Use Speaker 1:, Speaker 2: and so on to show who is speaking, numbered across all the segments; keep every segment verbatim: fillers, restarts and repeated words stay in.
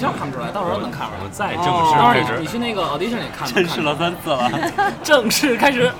Speaker 1: 片看不出来，到时候能看出来。
Speaker 2: 再正式
Speaker 1: 开
Speaker 2: 始，
Speaker 1: 你去那个 audition 里看。
Speaker 3: 正式了三次了，
Speaker 1: 正式开始。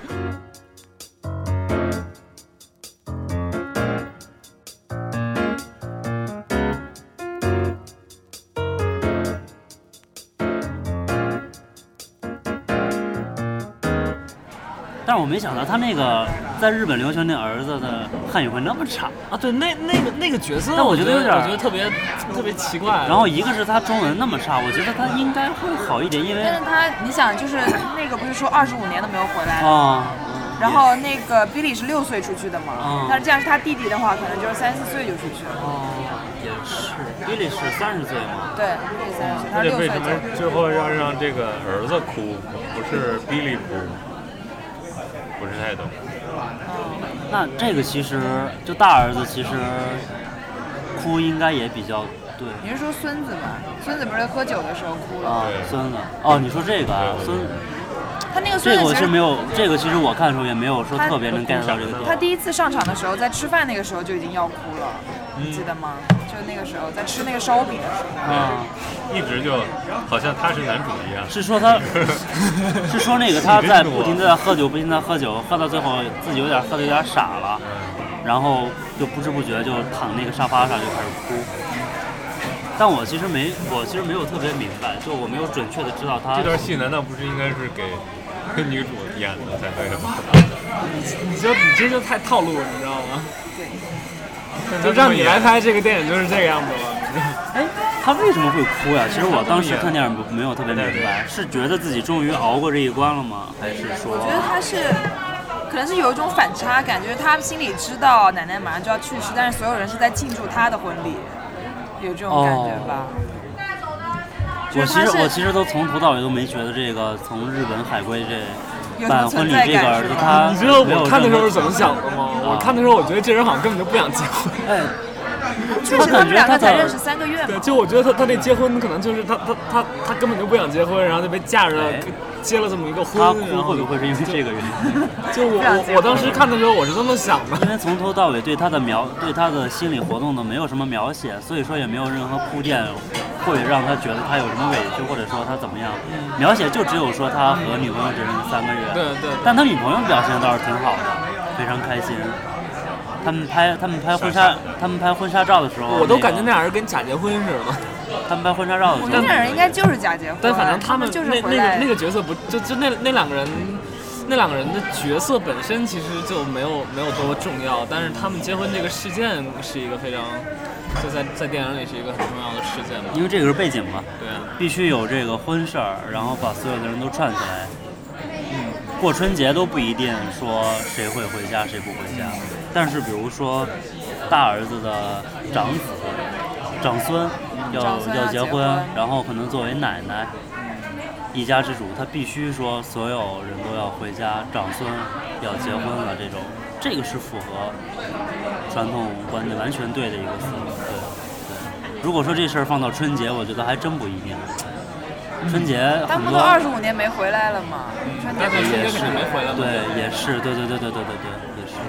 Speaker 3: 但是我没想到他那个在日本留学那儿子的汉语会那么差
Speaker 1: 啊！对，那那个那个角色，
Speaker 3: 但我觉得有点，
Speaker 1: 我觉得特别特别奇怪。
Speaker 3: 然后一个是他中文那么差，我觉得他应该会好一点，因为
Speaker 4: 但是他你想就是那个不是说二十五年都没有回来
Speaker 3: 啊，
Speaker 4: 然后那个 Billy 是六岁出去的嘛，
Speaker 3: 嗯、
Speaker 4: 但是这样是他弟弟的话，可能就是三四岁就出去了。
Speaker 3: 哦，也是 ，Billy 是三十岁嘛？
Speaker 4: 对 ，Billy 三十岁，他六岁
Speaker 2: 为什么最后要让这个儿子哭，不是 Billy 哭？不是太懂。
Speaker 3: 那这个其实就大儿子其实哭应该也比较对。
Speaker 4: 你是说孙子吧？孙子不是喝酒的时候哭了
Speaker 3: 啊？孙子哦，你说这个啊，孙子。
Speaker 4: 他那个孙子
Speaker 3: 这个我是没有，这个其实我看的时候也没有说特别能 get 到这个点。
Speaker 4: 他第一次上场的时候，在吃饭那个时候就已经要哭了，
Speaker 2: 嗯、
Speaker 4: 你记得吗？就那个时候在吃那个烧饼的时候。
Speaker 3: 啊、
Speaker 2: 嗯，一直就好像他是男主一样。
Speaker 3: 是说他，是说那个他在不停的在喝酒，不停的喝酒，喝到最后自己有点喝的有点傻了，然后就不知不觉就躺那个沙发上就开始哭。但我其实没，我其实没有特别明白，就我没有准确的知道他
Speaker 2: 这段戏难道不是应该是给女主演的才对吗？
Speaker 1: 你你就你这就太套路了，你知道吗？对。就让你来拍这个电影就是这个样子了。
Speaker 3: 哎，他为什么会哭呀？其实我当时看电影没有特别明白，是觉得自己终于熬过这一关了吗？还是说？
Speaker 4: 我觉得他是。可能是有一种反差感，就是他心里知道奶奶马上就要去世，但是所有人是在庆祝他的婚礼，有这种感觉吧？
Speaker 3: 哦、我其实我其实都从头到尾都没觉得这个从日本海归这办婚礼这个儿子他，
Speaker 1: 你知道我看的时候是怎么想的吗？我看的时候我觉得这人好像根本就不想结婚。
Speaker 3: 哎，
Speaker 4: 确实他们两个才认识三个月嘛。
Speaker 1: 对，就我觉得他他那结婚可能就是他他他他根本就不想结婚，然后就被嫁着。哎结了这么一个婚，
Speaker 3: 他哭会不会是因为这个原因？
Speaker 1: 就我我我当时看的时候我是这么想的，
Speaker 3: 因为从头到尾对他的描对他的心理活动都没有什么描写，所以说也没有任何铺垫会让他觉得他有什么委屈，或者说他怎么样。描写就只有说他和女朋友只认识三个月，
Speaker 1: 对对。
Speaker 3: 但他女朋友表现倒是挺好的，非常开心。他们拍他们拍婚纱他们拍婚纱照的时候，
Speaker 1: 我都感觉那俩人跟假结婚似的。
Speaker 3: 他们拍婚纱照的时候，
Speaker 4: 我觉得那人应该就是假结婚，
Speaker 1: 但反正他们
Speaker 4: 就是
Speaker 1: 那那个那个角色不就就那那两个人，那两个人的角色本身其实就没有没有多么重要，但是他们结婚这个事件是一个非常就在在电影里是一个很重要的事件嘛，
Speaker 3: 因为这个是背景嘛，
Speaker 1: 对啊，
Speaker 3: 必须有这个婚事儿，然后把所有的人都串起来。嗯，过春节都不一定说谁会回家谁不回家，但是比如说大儿子的长子、长孙。要要结婚，然后可能作为奶奶，一家之主，他必须说所有人都要回家，长孙要结婚了，这种这个是符合传统观念完全对的一个思路。对对，如果说这事儿放到春节，我觉得还真不一定。春节
Speaker 4: 他们都二十五年没回来了嘛，春节
Speaker 1: 也是没回来，
Speaker 3: 对，也是，对对对对对对对，也是。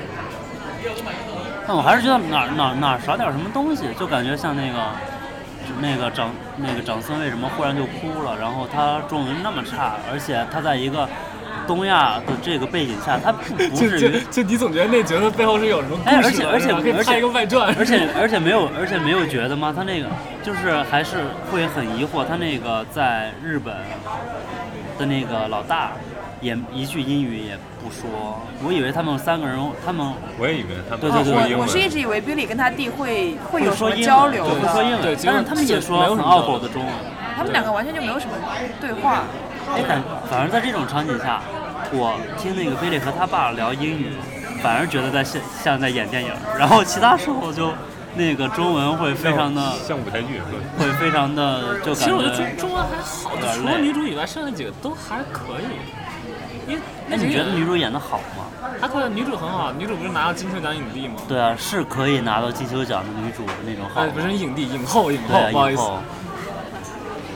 Speaker 3: 但我还是觉得哪哪哪少点什么东西，就感觉像那个。那个长那个长孙为什么忽然就哭了？然后他中文那么差，而且他在一个东亚的这个背景下，他不不至于。
Speaker 1: 就你总觉得那角色背后是有什么故事？
Speaker 3: 哎，而且而且
Speaker 1: 可以拍一个外传。
Speaker 3: 而且而且没有而且没有觉得吗？他那个就是还是会很疑惑，他那个在日本的那个老大。也一句英语也不说，我以为他们三个人，他们
Speaker 2: 我也以为他们
Speaker 3: 对对对，
Speaker 4: 我我是一直以为 Billy 跟他弟会会有什么
Speaker 3: 说
Speaker 4: 交流，
Speaker 3: 会说英文，但是他们也说很拗口的中文，
Speaker 4: 他们两个完全就没有什么对话。
Speaker 3: 哎，反反而在这种场景下，我听那个 Billy 和他爸聊英语，反而觉得在像像在演电影，然后其他时候就。那个中文会非常的
Speaker 2: 像舞台剧，
Speaker 3: 会非常的就感觉。
Speaker 1: 其实我觉得中中文还好，除了女主以外，剩下几个都还可以。因为
Speaker 3: 那你觉得女主演的好吗？
Speaker 1: 还可以，女主很好，女主不是拿到金球奖影帝吗？
Speaker 3: 对啊，是可以拿到金球奖的女主的那种好。
Speaker 1: 哎，不是影帝，影后，影后，
Speaker 3: 对啊、
Speaker 1: 不好意思。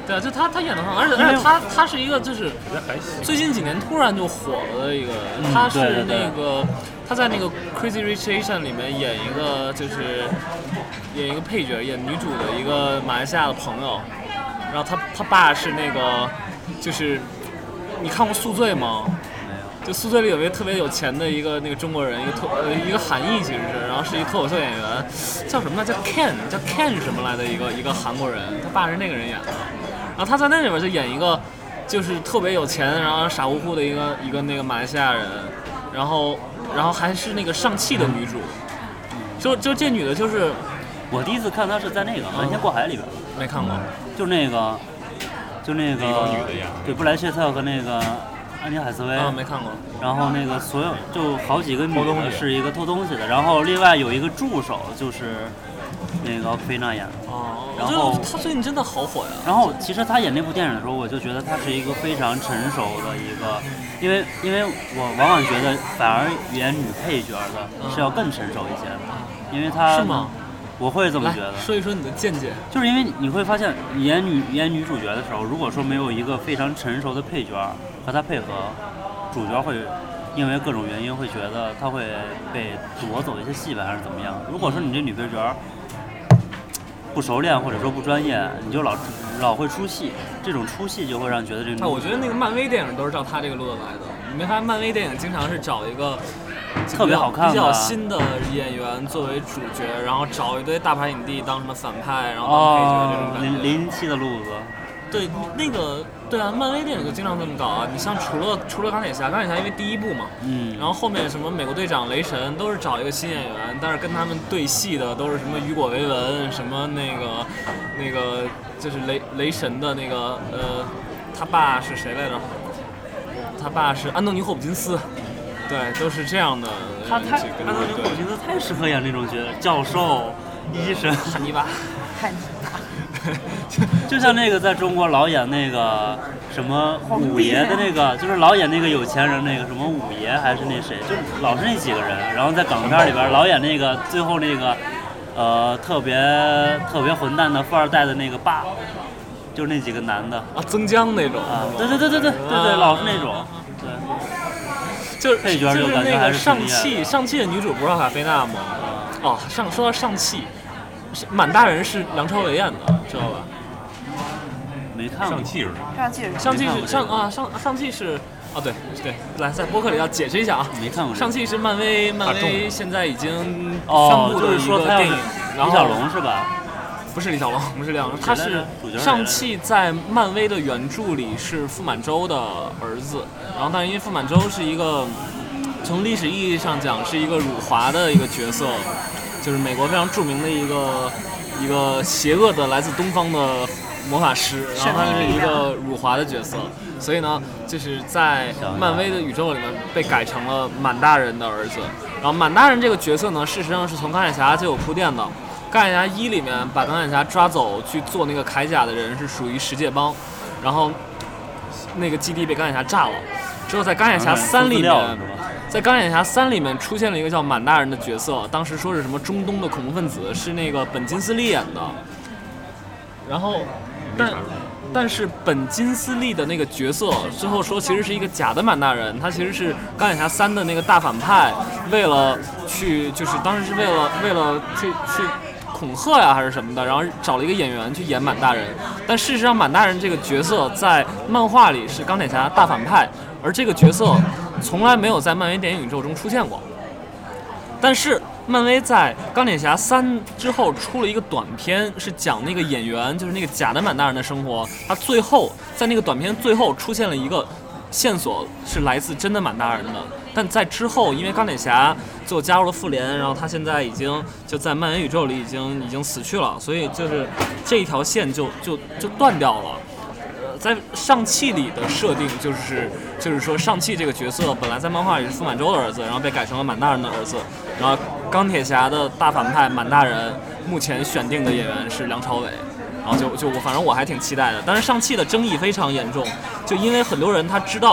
Speaker 1: 对啊，就他他演的很好，而且而且他他是一个就是
Speaker 2: 还行
Speaker 1: 最近几年突然就火了的一个，
Speaker 3: 嗯
Speaker 1: 他是
Speaker 3: 对对对
Speaker 1: 那个他在那个 Crazy Rich Asian 里面演一个就是演一个配角，演女主的一个马来西亚的朋友，然后他他爸是那个就是你看过《宿醉》吗？就《宿醉》里有一个特别有钱的一个那个中国人，一个特呃一个韩裔其实是，然后是一个脱口秀演员，叫什么呢？叫 Ken， 叫 Ken 什么来的一个一个韩国人，他爸是那个人演的。然后他在那里边就演一个就是特别有钱，然后傻乎乎的一个一个那个马来西亚人，然后然后还是那个上汽的女主，就就这女的就是
Speaker 3: 我第一次看她是在那个《瞒天过海》里边，
Speaker 1: 没看过，
Speaker 3: 就那个就那个
Speaker 2: 一个女的演的
Speaker 3: 对布莱切特和那个安妮海瑟薇，
Speaker 1: 啊没看过，
Speaker 3: 然后那个所有就好几个女的是一个偷东西的，然后另外有一个助手就是那个奥克菲娜演的。
Speaker 1: 哦，
Speaker 3: 然后
Speaker 1: 就他最近真的好火呀。
Speaker 3: 然后其实他演那部电影的时候，我就觉得他是一个非常成熟的一个，因为因为我往往觉得反而演女配角的是要更成熟一些的，因为他
Speaker 1: 是吗？
Speaker 3: 我会这么
Speaker 1: 来
Speaker 3: 觉得。
Speaker 1: 说一说你的见解。
Speaker 3: 就是因为你会发现，你演女演女主角的时候，如果说没有一个非常成熟的配角和她配合，主角会因为各种原因会觉得她会被夺走一些戏份还是怎么样。如果说你这女配角不熟练或者说不专业，你就老老会出戏，这种出戏就会让你觉得这个。
Speaker 1: 那我觉得那个漫威电影都是照他这个路子来的。你没发现漫威电影经常是找一个
Speaker 3: 特别好看的
Speaker 1: 比较新的演员作为主角，然后找一堆大牌影帝当什么反派，然后当配角这种
Speaker 3: 哦，
Speaker 1: 感觉。
Speaker 3: 零零七的路子。
Speaker 1: 对，那个对啊，漫威电影就经常这么搞啊。你像除了除了钢铁侠，钢铁侠因为第一部嘛，
Speaker 3: 嗯，
Speaker 1: 然后后面什么美国队长、雷神都是找一个新演员，但是跟他们对戏的都是什么雨果·维文，什么那个那个就是雷雷神的那个呃，他爸是谁来着？他爸是安东尼·霍普金斯，对，都是这样的。
Speaker 3: 他太
Speaker 1: 这个
Speaker 3: 安东尼·霍普金斯太适合演这种角色，教授、医生、
Speaker 1: 汉尼拔。
Speaker 4: 看
Speaker 3: 就像那个在中国老演那个什么五爷的那个，就是老演那个有钱人那个什么五爷还是那谁，就老是那几个人，然后在港片里边老演那个最后那个呃特别特别混蛋的富二代的那个爸，就是那几个男的
Speaker 1: 啊，曾江那种
Speaker 3: 啊，对对对对对对对，老是那种，对，
Speaker 1: 就是
Speaker 3: 配角
Speaker 1: 就是那个
Speaker 3: 就感觉还是
Speaker 1: 上
Speaker 3: 挺厉害的
Speaker 1: 汽上汽的女主不是奥卡菲娜吗？哦，上说到上汽。满大人是梁朝伟演的，知道吧？
Speaker 3: 没看过。
Speaker 2: 上汽是
Speaker 4: 上汽是
Speaker 1: 上汽是
Speaker 3: 没看过
Speaker 1: 上啊上上汽是哦对对，来在播客里要解释一下啊。
Speaker 3: 没看过这个。
Speaker 1: 上汽是漫威漫威现在已经宣
Speaker 3: 哦，
Speaker 1: 布的一
Speaker 3: 就是说
Speaker 1: 个电影，然后
Speaker 3: 李小龙是吧？
Speaker 1: 不是李小龙，不是李小龙，他是
Speaker 3: 主角
Speaker 1: 上汽在漫威的原著里是傅满洲的儿子，然后但是因为傅满洲是一个从历史意义上讲是一个辱华的一个角色。就是美国非常著名的一个一个邪恶的来自东方的魔法师，然后他是一个辱华的角色，所以呢，就是在漫威的宇宙里面被改成了满大人的儿子。然后满大人这个角色呢，事实上是从钢铁侠就有铺垫的。钢铁侠一里面把钢铁侠抓走去做那个铠甲的人是属于十界帮，然后那个基地被钢铁侠炸了。之后在钢铁侠三里面。在钢铁侠三里面出现了一个叫满大人的角色，当时说是什么中东的恐怖分子，是那个本金斯利演的。然后，但但是本金斯利的那个角色最后说其实是一个假的满大人，他其实是钢铁侠三的那个大反派，为了去就是当时是为了为了去去恐吓呀还是什么的，然后找了一个演员去演满大人。但事实上满大人这个角色在漫画里是钢铁侠大反派，而这个角色从来没有在漫威电影宇宙中出现过。但是漫威在钢铁侠三之后出了一个短片，是讲那个演员就是那个假的满大人的生活。他最后在那个短片最后出现了一个线索，是来自真的满大人的。但在之后，因为钢铁侠最后加入了复联，然后他现在已经就在漫威宇宙里已经已经死去了，所以就是这一条线就就就断掉了。在上汽里的设定就是就是说上汽这个角色本来在漫画里是傅满洲的儿子，然后被改成了满大人的儿子。然后钢铁侠的大反派满大人目前选定的演员是梁朝伟，然后就就我反正我还挺期待的。但是上汽的争议非常严重，就因为很多人他知道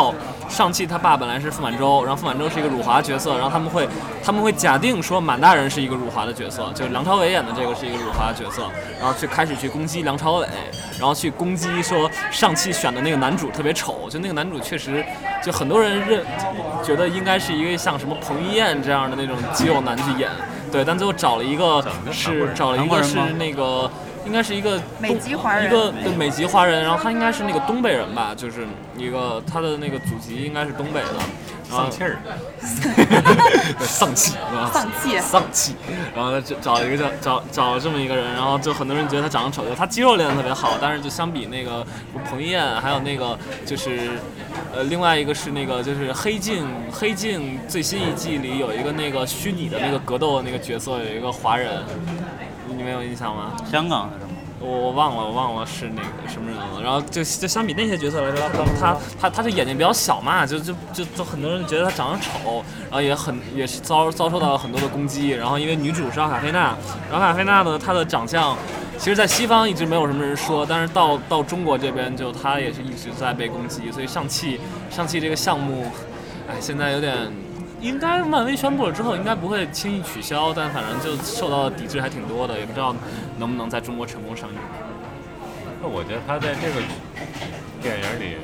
Speaker 1: 上汽他爸本来是傅满洲，然后傅满洲是一个辱华角色，然后他们会他们会假定说满大人是一个辱华的角色，就是梁朝伟演的这个是一个辱华的角色，然后去开始去攻击梁朝伟，然后去攻击说上汽选的那个男主特别丑，就那个男主确实就很多人认觉得应该是一个像什么彭于晏这样的那种肌肉男去演，对，但最后找了一个是找了一个是那个。应该是一个
Speaker 4: 美籍华人，
Speaker 1: 一个对美籍华人，然后他应该是那个东北人吧，就是一个他的那个祖籍应该是东北的，
Speaker 2: 丧气儿，
Speaker 1: 丧气是吧？
Speaker 4: 丧气，
Speaker 1: 丧气，然后找找一个叫找找这么一个人，然后就很多人觉得他长得丑，就他肌肉练得特别好，但是就相比那个彭于晏，还有那个就是呃另外一个是那个就是黑镜黑镜最新一季里有一个那个虚拟的那个格斗的那个角色，有一个华人。你没有印象吗？
Speaker 3: 香港的是吗？
Speaker 1: 我我忘了，我忘了是那个什么人了。然后就就相比那些角色来说，他他他他就眼睛比较小嘛，就就就就很多人觉得他长得丑，然后也很也是遭遭受到了很多的攻击。然后因为女主是奥卡菲娜，奥卡菲娜呢，她的长相，其实在西方一直没有什么人说，但是到到中国这边就她也是一直在被攻击，所以上汽上汽这个项目，哎，现在有点。应该漫威宣布了之后，应该不会轻易取消，但反正就受到的抵制还挺多的，也不知道能不能在中国成功上映。
Speaker 2: 那我觉得他在这个电影里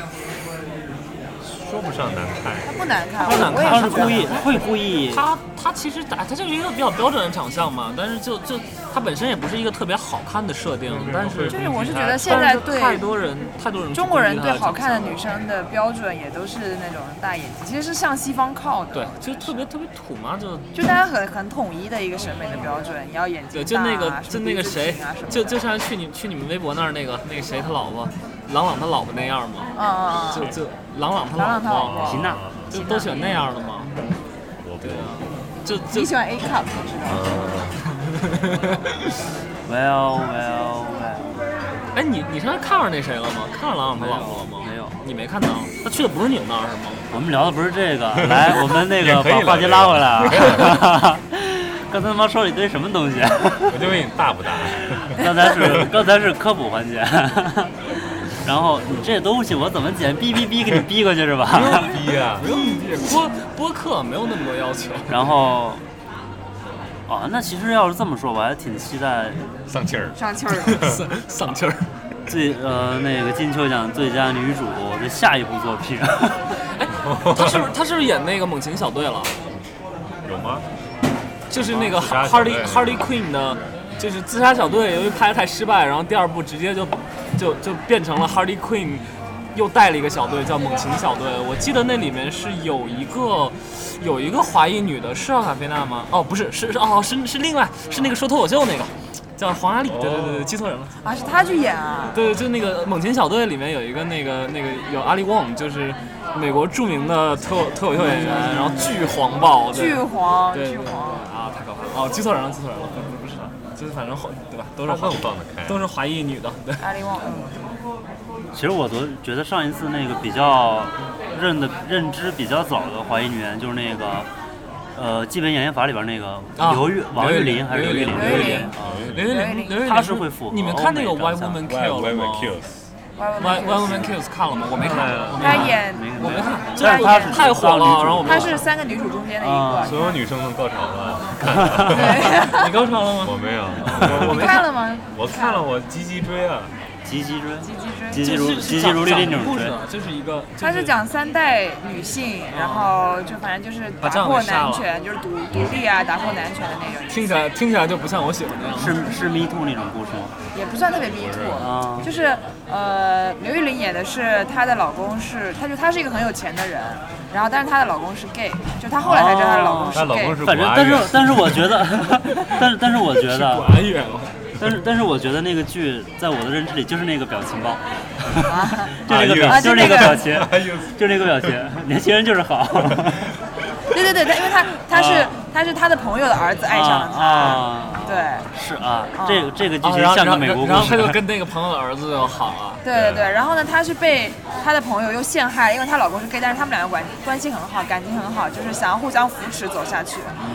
Speaker 2: 说不上难看，
Speaker 4: 他不难看，
Speaker 1: 不难看，
Speaker 3: 他是故意会故意。
Speaker 1: 他他其实打他就是一个比较标准的长相嘛，但是就就他本身也不是一个特别好看的设定，但是
Speaker 4: 就是我是觉得现在对
Speaker 1: 太多人太多人
Speaker 4: 中国人对好看的女生的标准也都是那种大眼睛，其实是向西方靠的。
Speaker 1: 对，就特别特别土嘛，就
Speaker 4: 就大家很很统一的一个审美的标准，你要眼睛大、啊、
Speaker 1: 对，就那个就那个谁，就就像去你去你们微博那儿那个那个谁他老婆，郎朗他老婆那样嘛，
Speaker 4: 嗯嗯嗯，
Speaker 1: 就就郎朗他
Speaker 4: 郎朗他老婆
Speaker 3: 缇娜，
Speaker 1: 就都喜欢那样的嘛。
Speaker 2: 我
Speaker 1: 对啊，就就
Speaker 4: 你喜欢 A cup 我知道。
Speaker 3: well well well。
Speaker 1: 哎，你你上次看上那谁了吗？看上郎朗他老婆了吗？
Speaker 3: 没有，
Speaker 1: 你没看到？他去的不是你们那儿是吗？
Speaker 3: 我们聊的不是这个，来，我们那个把话题拉回来啊。刚才他妈说了一堆什么东西？
Speaker 2: 我就问你大不大？
Speaker 3: 刚才是刚才是科普环节。然后你这东西我怎么剪？哔哔哔给你逼过去是吧？
Speaker 2: 不用逼啊，
Speaker 1: 不用逼。播播客没有那么多要求。
Speaker 3: 然后，哦，那其实要是这么说，我还挺期待
Speaker 2: 丧气儿，
Speaker 4: 上气儿，
Speaker 1: 丧丧气儿。
Speaker 3: 最呃那个金球奖最佳女主的下一部作品。
Speaker 1: 哎，她是不是她是不是演那个猛禽小队了？
Speaker 2: 有吗？
Speaker 1: 就是那个 Harley Harley Quinn 的，就是自杀小队，由于拍得太失败，然后第二部直接就就就变成了 Harley Quinn 又带了一个小队叫猛禽小队。我记得那里面是有一个有一个华裔女的，是奥卡菲娜吗？哦，不是，是是哦，是是另外是那个说脱口秀那个。叫黄雅莉，对对对对，记错人了
Speaker 4: 啊，是他去演啊？
Speaker 1: 对，就那个《猛禽小队》里面有一个那个那个有阿里旺，就是美国著名的脱脱口秀演员，然后巨黄暴，
Speaker 4: 巨黄，
Speaker 1: 对
Speaker 4: 巨黄
Speaker 1: 啊，太可怕了！哦，记错人了，记错人了，不不不是他，就是反正对吧？都是
Speaker 2: 更放得开，
Speaker 1: 都是华裔女的，对。
Speaker 4: 阿里旺，
Speaker 3: 其实我都觉得上一次那个比较认的认知比较早的华裔女演就是那个。呃，基本演员法里边那个刘玉、王玉林还是刘玉林？
Speaker 4: 刘玉林
Speaker 3: 啊，
Speaker 1: 刘玉林，刘玉林，
Speaker 3: 他是会符合。
Speaker 1: 你们看那个《Why Women Kill》吗 ？Why Why Women Kills 看了吗？我没看，
Speaker 4: 他演，
Speaker 1: 我没看，
Speaker 3: 但是他是
Speaker 1: 太火了，然后我
Speaker 4: 他是三个女主中间的一个。
Speaker 2: 所有女生都高潮了。
Speaker 1: 你高潮了吗？
Speaker 2: 我没有。
Speaker 4: 你看了吗？
Speaker 2: 我看了，我积极追啊。
Speaker 3: 急急追，
Speaker 4: 急急追，
Speaker 3: 急急如急急如律令那种追，
Speaker 1: 就是一个。
Speaker 4: 他是讲三代女性，然后就反正就是打破男权，就是独独立啊，打破男权的那种。
Speaker 1: 听起来听起来就不像我喜欢的样子。
Speaker 3: 是是 Me Too 那种故事吗？
Speaker 4: 也不算特别 Me Too，
Speaker 3: 啊，
Speaker 4: 就是呃，刘玉玲演的是她的老公是，她就她是一个很有钱的人，然后但是她的老公是 gay， 就她后来才知道她的老公是 gay。
Speaker 3: 反正但是但是我觉得，但是但是我觉得。但是但是我觉得那个剧在我的认知里就是那个表情包，就那个表，就是那个表情，就那个表情，年轻人就是好。
Speaker 4: 对对对，他因为他他是他是他的朋友的儿子爱上了他，对，
Speaker 3: 是啊，这个这个剧情像个美国故事，
Speaker 1: 然后他就跟那个朋友的儿子就好了。
Speaker 4: 对对对，然后呢，他是被他的朋友又陷害，因为她老公是 gay， 但是他们两个关关系很好，感情很好，就是想要互相扶持走下去。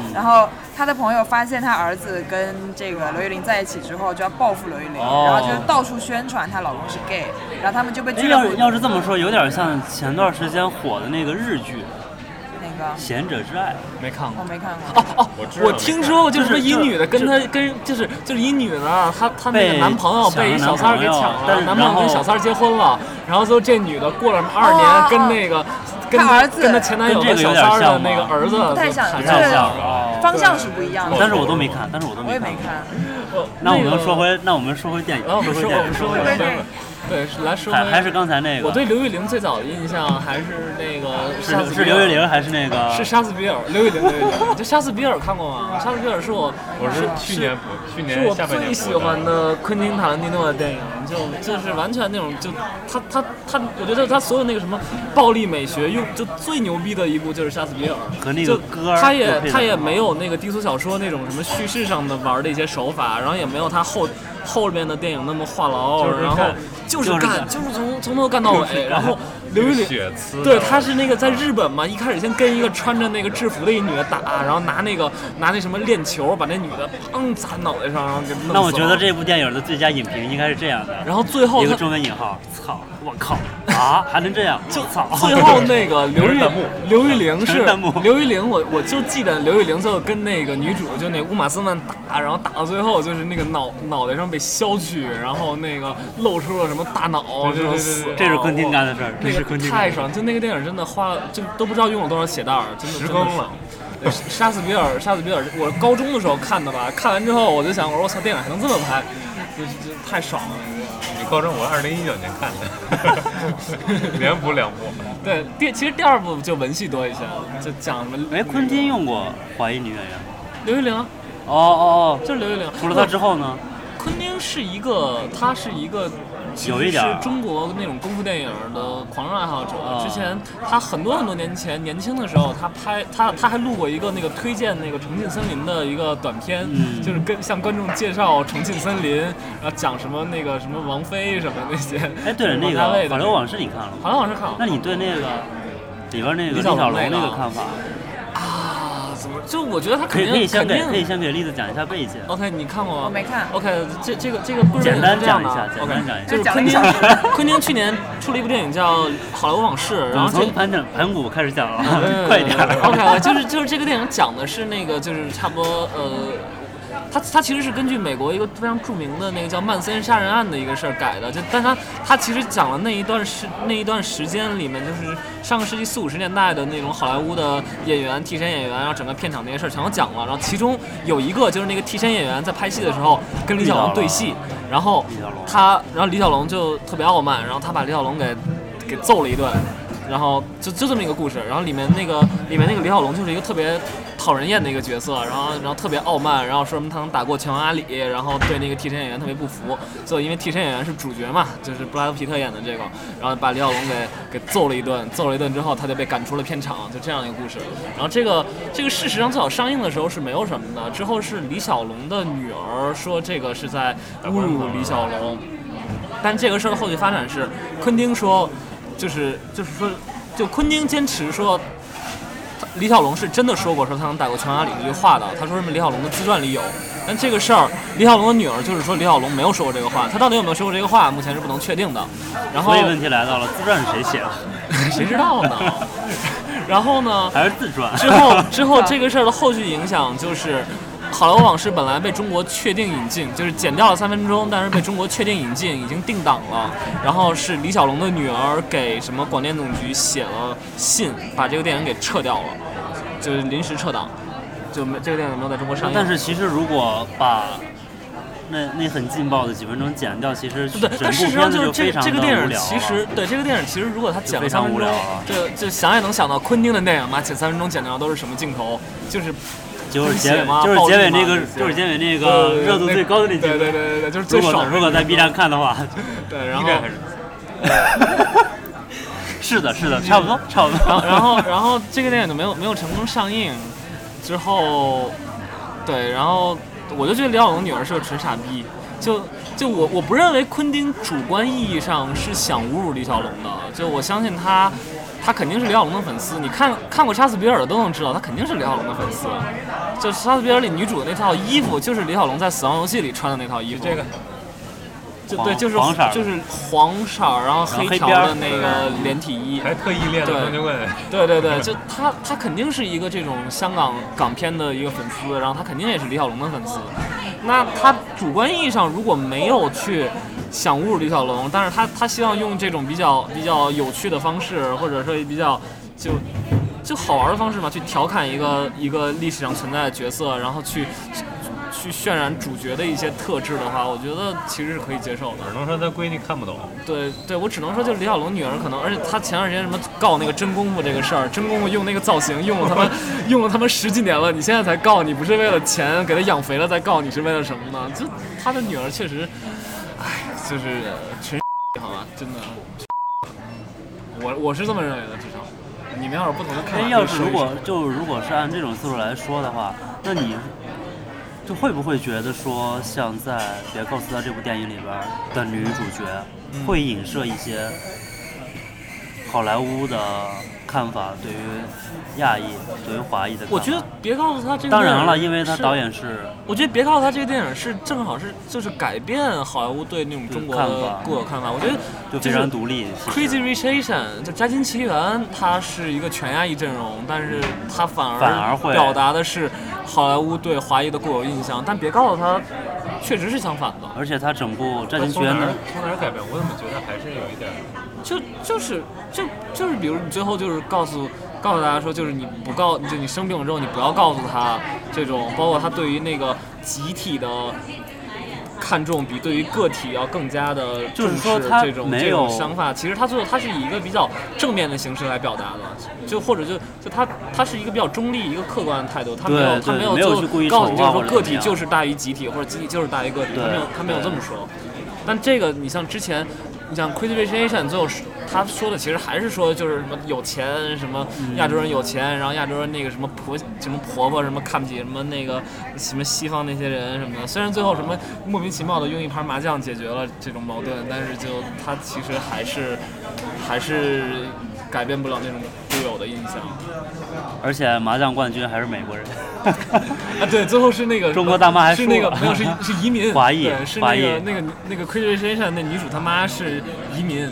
Speaker 4: 然后他的朋友发现他儿子跟这个刘玉玲在一起之后，就要报复刘玉玲，
Speaker 3: 哦、
Speaker 4: 然后就是到处宣传她老公是 gay， 然后他们就被俱乐部。
Speaker 3: 要是这么说，有点像前段时间火的那个日剧。贤者之爱
Speaker 1: 没看过，
Speaker 4: 我没看过。
Speaker 1: 哦哦，我, 我听说过，就是一女的跟她跟就是就是一女的，她她那个男朋友被小三给抢了，男朋友跟小三结婚了，然后最后这女的过了二年跟那个跟
Speaker 4: 她儿子
Speaker 1: 跟她前男友的小三的那个儿子
Speaker 4: 不太像，
Speaker 3: 不太像，
Speaker 4: 方向是不一样的。
Speaker 3: 但是我都没看，但是我都没看。
Speaker 4: 我也没看。
Speaker 3: 那我们说回，那我们说回电影，
Speaker 1: 然后我们说我们说回电影。对，来说
Speaker 3: 还还是刚才那个。
Speaker 1: 我对刘玉玲最早的印象还是那个
Speaker 3: 是是刘玉玲还是那个？
Speaker 1: 是杀死比尔，刘玉玲，刘玉玲。就杀死比尔看过吗？杀死比尔是我，
Speaker 2: 我是去年播，去年
Speaker 1: 是我最喜欢的昆汀塔伦蒂诺的电影，就就是完全那种，就他他他，我觉得他所有那个什么暴力美学用就最牛逼的一部就是杀死比尔
Speaker 3: 和那个歌，
Speaker 1: 他也他也没有那个低俗小说那种什么叙事上的玩的一些手法，然后也没有他后。后面的电影那么话痨，然后就是干，就是从从头干到尾。然后刘玉玲，对，他是那个在日本嘛，一开始先跟一个穿着那个制服的一女的打，然后拿那个拿那什么链球把那女的砰砸脑袋上，然后给弄死了。
Speaker 3: 那我觉得这部电影的最佳影评应该是这样的。
Speaker 1: 然后最后
Speaker 3: 一个中文引号，操，我靠啊，还能这样？
Speaker 1: 就
Speaker 3: 操！
Speaker 1: 最后那个刘玉刘玉玲是刘玉玲，我我就记得刘玉玲最后跟那个女主就那乌玛斯曼打，然后打到最后就是那个脑脑袋上被削去，然后那个露出了什么大脑，就死。
Speaker 3: 这是昆汀干的事儿，这是昆汀。
Speaker 1: 太爽！就那个电影真的花了，就都不知道用了多少血袋儿，真的
Speaker 2: 十更了。
Speaker 1: 杀死比尔，杀死比尔，我高中的时候看的吧，看完之后我就想，我说我操，电影还能这么拍，就就太爽了。
Speaker 2: 你高中，我二零一九年看的，连补两部。
Speaker 1: 对，第其实第二部就文戏多一些，就讲什么？
Speaker 3: 哎，昆汀用过华裔女演员吗？
Speaker 1: 刘玉玲。
Speaker 3: 哦哦哦，
Speaker 1: 就是刘玉玲。
Speaker 3: 除了她之后呢？
Speaker 1: 昆汀是一个，他是一个。
Speaker 3: 有一点
Speaker 1: 是中国那种功夫电影的狂热爱好者。
Speaker 3: 啊、
Speaker 1: 之前他很多很多年前年轻的时候，他拍他他还录过一个那个推荐那个重庆森林的一个短片，
Speaker 3: 嗯、
Speaker 1: 就是跟向观众介绍重庆森林，然后讲什么那个什么王菲什么那些。
Speaker 3: 哎，对了，那个《好莱坞往事》你看了吗？
Speaker 1: 好莱坞往事看了。
Speaker 3: 那你对那个里边那个李小龙那个看法？
Speaker 1: 啊，怎么就我觉得他肯定
Speaker 3: 可以先给
Speaker 1: 可
Speaker 3: 以先给栗子讲一下背景。
Speaker 1: OK， 你看过吗？
Speaker 4: 我没看。
Speaker 1: OK， 这这个这个故事
Speaker 3: 简单讲一
Speaker 1: 下，
Speaker 3: 简单讲一下。
Speaker 1: 就是昆汀，昆汀去年出了一部电影叫《好莱坞往事》，然后
Speaker 3: 从盘整盘古开始讲了，快一点。
Speaker 1: OK， 就是就是这个电影讲的是那个就是差不多呃。它它其实是根据美国一个非常著名的那个叫曼森杀人案的一个事儿改的，就但它它其实讲了那一段时那一段时间里面，就是上个世纪四五十年代的那种好莱坞的演员、替身演员，然后整个片场那些事儿全都讲了。然后其中有一个就是那个替身演员在拍戏的时候跟李小龙对戏，然后他然后李小龙就特别傲慢，然后他把李小龙给给揍了一顿。然后就就这么一个故事，然后里面那个里面那个李小龙就是一个特别讨人厌的一个角色，然后然后特别傲慢，然后说什么他能打过乔阿里，然后对那个替身演员特别不服，最后因为替身演员是主角嘛，就是布拉德皮特演的这个，然后把李小龙给给揍了一顿，揍了一顿之后他就被赶出了片场，就这样一个故事。然后这个这个事实上最早上映的时候是没有什么的，之后是李小龙的女儿说这个是在侮辱李小龙，但这个事儿的后续发展是昆汀说。就是就是说，就昆汀坚持说，李小龙是真的说过说他能打过乔阿里这句话的。他说什么李小龙的自传里有，但这个事儿，李小龙的女儿就是说李小龙没有说过这个话。他到底有没有说过这个话，目前是不能确定的。然后，
Speaker 3: 所以问题来到了，自传是谁写的？
Speaker 1: 谁知道呢？然后呢？
Speaker 3: 还是自传？
Speaker 1: 之后之后这个事儿的后续影响就是。好莱坞往事本来被中国确定引进，就是剪掉了三分钟，但是被中国确定引进，已经定档了。然后是李小龙的女儿给什么广电总局写了信，把这个电影给撤掉了，就是临时撤档，就没这个电影没有在中国上映。
Speaker 3: 但是其实如果把那那很劲爆的几分钟剪掉，其实
Speaker 1: 对，但事实上就是这这个电影其实对这个电影其实如果他剪了三分钟，就就想也能想到昆汀的电影嘛，剪三分钟剪掉都是什么镜头，就是。
Speaker 3: 就是结就是结尾那个就是结尾那个热度最高的那几个，
Speaker 1: 对对对对对，就是最爽。
Speaker 3: 如果在 B 站看的话，
Speaker 1: 对，然后
Speaker 3: 是的，是的，差不多，差不多。
Speaker 1: 然后然后然后这个电影就没有没有成功上映，之后，对，然后我就觉得李小龙女儿是个纯傻逼，就就我我不认为昆汀主观意义上是想侮辱李小龙的，就我相信他，他肯定是李小龙的粉丝。你看看过《杀死比尔》的都能知道，他肯定是李小龙的粉丝。就《杀死比尔》里女主的那套衣服，就是李小龙在《死亡游戏》里穿的那套衣服。
Speaker 2: 这个。
Speaker 1: 就对，就是
Speaker 3: 黄色，
Speaker 1: 就是黄色，然后黑条的那个连体衣，
Speaker 2: 还特意练的双截棍。
Speaker 1: 对对对，就他他肯定是一个这种香港港片的一个粉丝，然后他肯定也是李小龙的粉丝。那他主观意义上如果没有去想侮辱李小龙，但是他他希望用这种比较比较有趣的方式，或者说比较就就好玩的方式嘛，去调侃一个一个历史上存在的角色，然后去。去渲染主角的一些特质的话，我觉得其实是可以接受的。
Speaker 2: 只能说他闺女看不懂。
Speaker 1: 对对，我只能说就是李小龙女儿可能，而且他前段时间什么告那个真功夫这个事儿，真功夫用那个造型用了他们用了他们十几年了，你现在才告，你不是为了钱给他养肥了再告，你是为了什么呢？就他的女儿确实，哎，就是纯好吧，真的，我我是这么认为的，至少。你们要是不同的看法，
Speaker 3: 要是如果就如果是按这种思路来说的话，那你。就会不会觉得说，像在《别告诉他》这部电影里边的女主角，会影射一些好莱坞的看法对于亚裔、对于华裔的看法？
Speaker 1: 我觉得别告诉他这个。
Speaker 3: 当然了，因为他导演是。
Speaker 1: 我觉得别告诉他这个电影是正好是就是改变好莱坞对那种中国的固有看法。我觉得
Speaker 3: 就非常独立。
Speaker 1: Crazy Rich Asian 就《摘金奇缘》，它是一个全亚裔阵容，但是它反而
Speaker 3: 反而会
Speaker 1: 表达的是好莱坞对华裔的固有印象。但别告诉他，确实是相反的。
Speaker 3: 而且他整部《摘金奇缘》呢，
Speaker 2: 从哪儿改变？我怎么觉得还是有一点。
Speaker 1: 就就是就就是比如你最后就是告诉告诉大家说，就是你不告就你生病了之后你不要告诉他这种，包括他对于那个集体的看重比对于个体要更加的重视这种这种想法。其实他最后他是以一个比较正面的形式来表达的，就或者就就他他是一个比较中立一个客观的态度，他没有他没有就告诉你就是说个体就是大于集体或者集体就是大于个体，他没有他没有这么说。但这个你像之前。你像 Crazy Rich Asian 最后他说的其实还是说就是什么有钱，什么亚洲人有钱，然后亚洲人那个什么婆什么婆婆什么看不起什么那个什么西方那些人什么的。虽然最后什么莫名其妙的用一盘麻将解决了这种矛盾，但是就他其实还是还是改变不了那种固有的印象。
Speaker 3: 而且麻将冠军还是美国人。
Speaker 1: 啊，对，最后是那个
Speaker 3: 中国大妈还
Speaker 1: 是那个没有是是移民
Speaker 3: 华裔，
Speaker 1: 对，是那个那个那个 Crazy Rich Asian 那女主他妈是移民，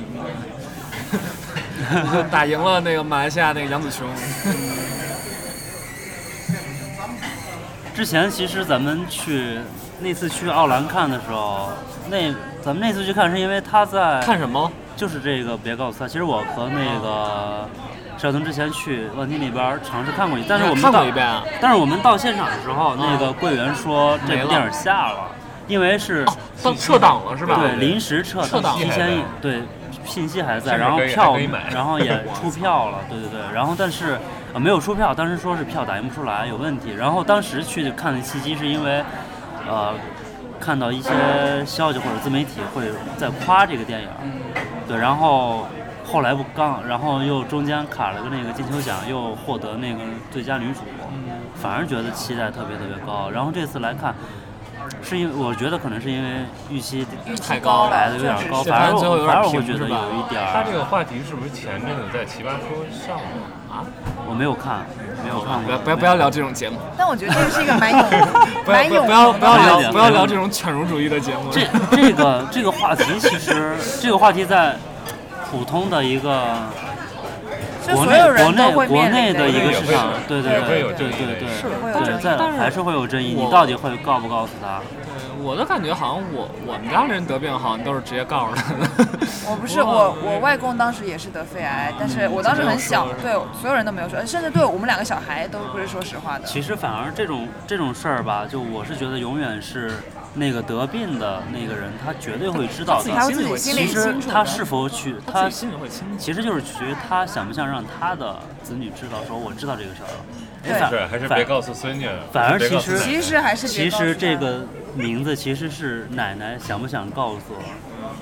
Speaker 1: 打赢了那个马来西亚那个杨紫琼。
Speaker 3: 之前其实咱们去那次去奥兰看的时候，那咱们那次去看是因为他在
Speaker 1: 看什么？
Speaker 3: 就是这个别告诉他。其实我和那个。邵腾之前去问题里边尝试看过一，但是我们
Speaker 1: 看过一遍啊。
Speaker 3: 但是我们到现场的时候，那个柜员说这部电影下了，因为是
Speaker 1: 哦撤档了是吧？
Speaker 3: 对，临时撤
Speaker 1: 撤档，
Speaker 3: 提前对信息还在，然后票然后也出票了，对对对，然后但是呃没有出票，当时说是票打印不出来有问题，然后当时去看的契机是因为呃看到一些消息或者自媒体会在夸这个电影，对，然后。后来不刚，然后又中间卡了个那个金球奖，又获得那个最佳女主，反而觉得期待特别特别高。然后这次来看，是因为我觉得可能是因为预期
Speaker 1: 太高
Speaker 3: 来的有点高，反而
Speaker 1: 最后有点
Speaker 3: 反而我会觉得有一点。
Speaker 2: 他这个话题是不是前阵子在奇葩说上过啊？
Speaker 3: 我没有看，没有看过。
Speaker 1: 不要不要不要聊这种节目。
Speaker 4: 但我觉得这个是一个蛮有蛮有
Speaker 1: 不要不要聊不要聊这种犬儒主义的节目。
Speaker 3: 这这个这个话题其实这个话题在。普通的一个国内国内国内的一个市场，对对对对对对对，在还是会有争议。你到底会告不告诉他？
Speaker 1: 对，我的感觉好像我我们家人得病好像都是直接告诉他的。
Speaker 4: 我不是我我外公当时也是得肺癌，但是我当时很小，对所有人都没有说，甚至对我们两个小孩都不是说实话的。
Speaker 3: 其实反而这种这种事儿吧，就我是觉得永远是。那个得病的那个人，他绝对会知道的。其实他是否去，他其实就是取决于他想不想让他的子女知道，说我知道这个事儿了。
Speaker 2: 对，还是别告诉孙女。
Speaker 3: 反而其实
Speaker 4: 其实还是
Speaker 3: 其实这个名字其实是奶奶想不想告诉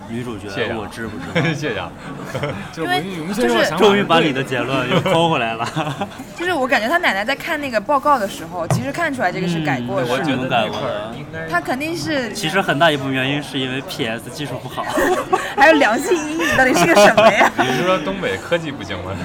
Speaker 3: 女主角
Speaker 2: 谢谢
Speaker 3: 我知不知道？
Speaker 2: 谢谢。
Speaker 1: 就是
Speaker 4: 因为
Speaker 1: 我们先说
Speaker 4: 就是
Speaker 1: 想法
Speaker 3: 终于把你的结论又抠回来了。
Speaker 4: 就是我感觉他奶奶在看那个报告的时候，其实看出来这个是改过的。
Speaker 3: 嗯是你们改过的。
Speaker 2: 应该
Speaker 4: 他肯定是，
Speaker 3: 其实很大一部分原因是因为 P S 技术不好。
Speaker 4: 还有良性阴影，到底是个什么呀？
Speaker 2: 你是说东北科技不行吗？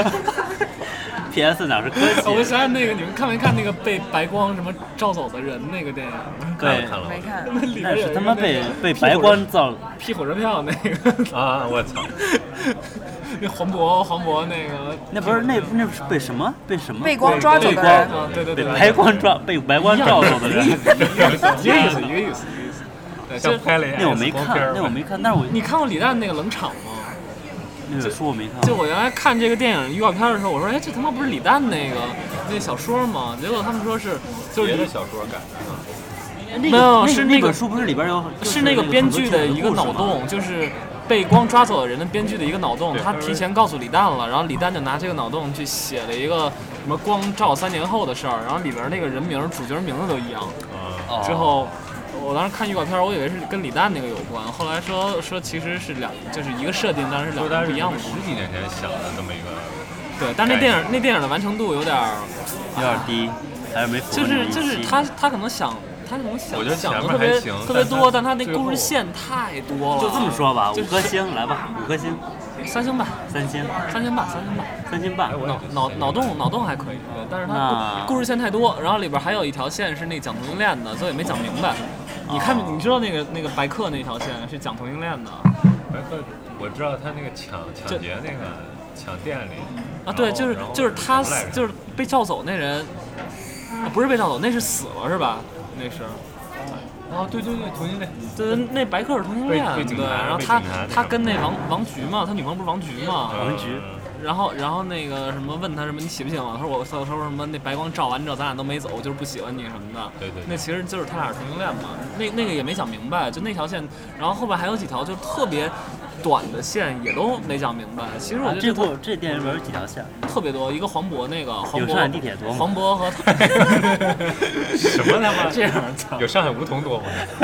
Speaker 3: P S 哪是科
Speaker 1: 我
Speaker 3: 技？
Speaker 1: 想想那个，你们看没看那个被白光什么照走的人那个电影？
Speaker 3: 对，
Speaker 2: 看了
Speaker 4: 没看。
Speaker 1: 里边有一个
Speaker 3: 那是他妈被
Speaker 1: 那个
Speaker 3: 被白光照。
Speaker 1: 批火车票那个
Speaker 2: 啊！我操！
Speaker 1: 那黄渤黄渤那个
Speaker 3: 那不是那那不是被什么被什么
Speaker 4: 被光抓走
Speaker 1: 被
Speaker 4: 的人，
Speaker 1: 光啊，对对对，
Speaker 3: 被白光照被白光照走的人。
Speaker 1: 一个意思一个意思一个意思一个意思。对，就
Speaker 2: 像拍了一
Speaker 3: 那我没看，那我没看，但是我
Speaker 1: 你看过李诞那个冷场吗？
Speaker 3: 那本书我没看。
Speaker 1: 就我原来看这个电影预告片的时候，我说，哎，这他妈不是李诞那个那小说吗？结果他们说是就是
Speaker 2: 别的小说改的。
Speaker 3: 那
Speaker 1: 没有
Speaker 3: 个
Speaker 1: 是那个
Speaker 3: 那本书不是里边有
Speaker 1: 是那个编剧的一个脑洞，就是被光抓走的人的编剧的一个脑洞，他提前告诉李诞了，然后李诞就拿这个脑洞去写了一个什么光照三年后的事儿，然后里边那个人名、主角名字都一样。
Speaker 3: 哦
Speaker 1: 之后我当时看预告片，我以为是跟李诞那个有关，后来说说其实是两，就是一个设定，但是两个不一样的。
Speaker 2: 十几年前想的这么一个。
Speaker 1: 对，但是那电影那电影的完成度有点
Speaker 3: 有点低，还是没符合
Speaker 1: 就是
Speaker 3: 你的预期
Speaker 1: 就是他他可能想。他可能想
Speaker 2: 我觉得
Speaker 1: 讲的
Speaker 2: 前面
Speaker 1: 特别
Speaker 2: 还行
Speaker 1: 特别多，但他那
Speaker 2: 最后
Speaker 1: 故事线太多了。
Speaker 3: 就这么说吧，
Speaker 1: 就
Speaker 3: 五颗星来吧，五颗星，
Speaker 1: 三星吧，
Speaker 3: 三星，
Speaker 1: 三星吧，三星吧。
Speaker 3: 三星半。
Speaker 1: 脑脑脑洞脑洞还可以，对，但是它
Speaker 3: 那
Speaker 1: 故故事线太多，然后里边还有一条线是那讲同性恋的，所以没讲明白。你看，你知道那个那个白客那条线是讲同性恋的
Speaker 2: 白客，我知道他那个抢抢劫那个抢店里
Speaker 1: 啊？对，就是就是他就是被照走那人，啊不是被照走，那是死了是吧？那是。
Speaker 2: 哦，对对对，同性恋。
Speaker 1: 对，那白客是同性恋，对，然后他他跟那王王菊嘛，他女朋友不是王菊嘛，
Speaker 3: 王菊。
Speaker 1: 然后然后那个什么问他什么你喜不喜欢我？他说我他说什么那白光照完之后咱俩都没走，我就是不喜欢你什么的。
Speaker 2: 对对。
Speaker 1: 那其实就是他俩是同性恋嘛，那那个也没讲明白，就那条线，然后后边还有几条就特别短的线也都没讲明白。其实我觉得
Speaker 3: 这部这电影里边有几条线？
Speaker 1: 特别多，一个黄渤那个黄渤
Speaker 3: 有上海地铁多吗？
Speaker 1: 黄渤和
Speaker 2: 什么他妈
Speaker 1: 这样
Speaker 2: 有上海梧桐多吗？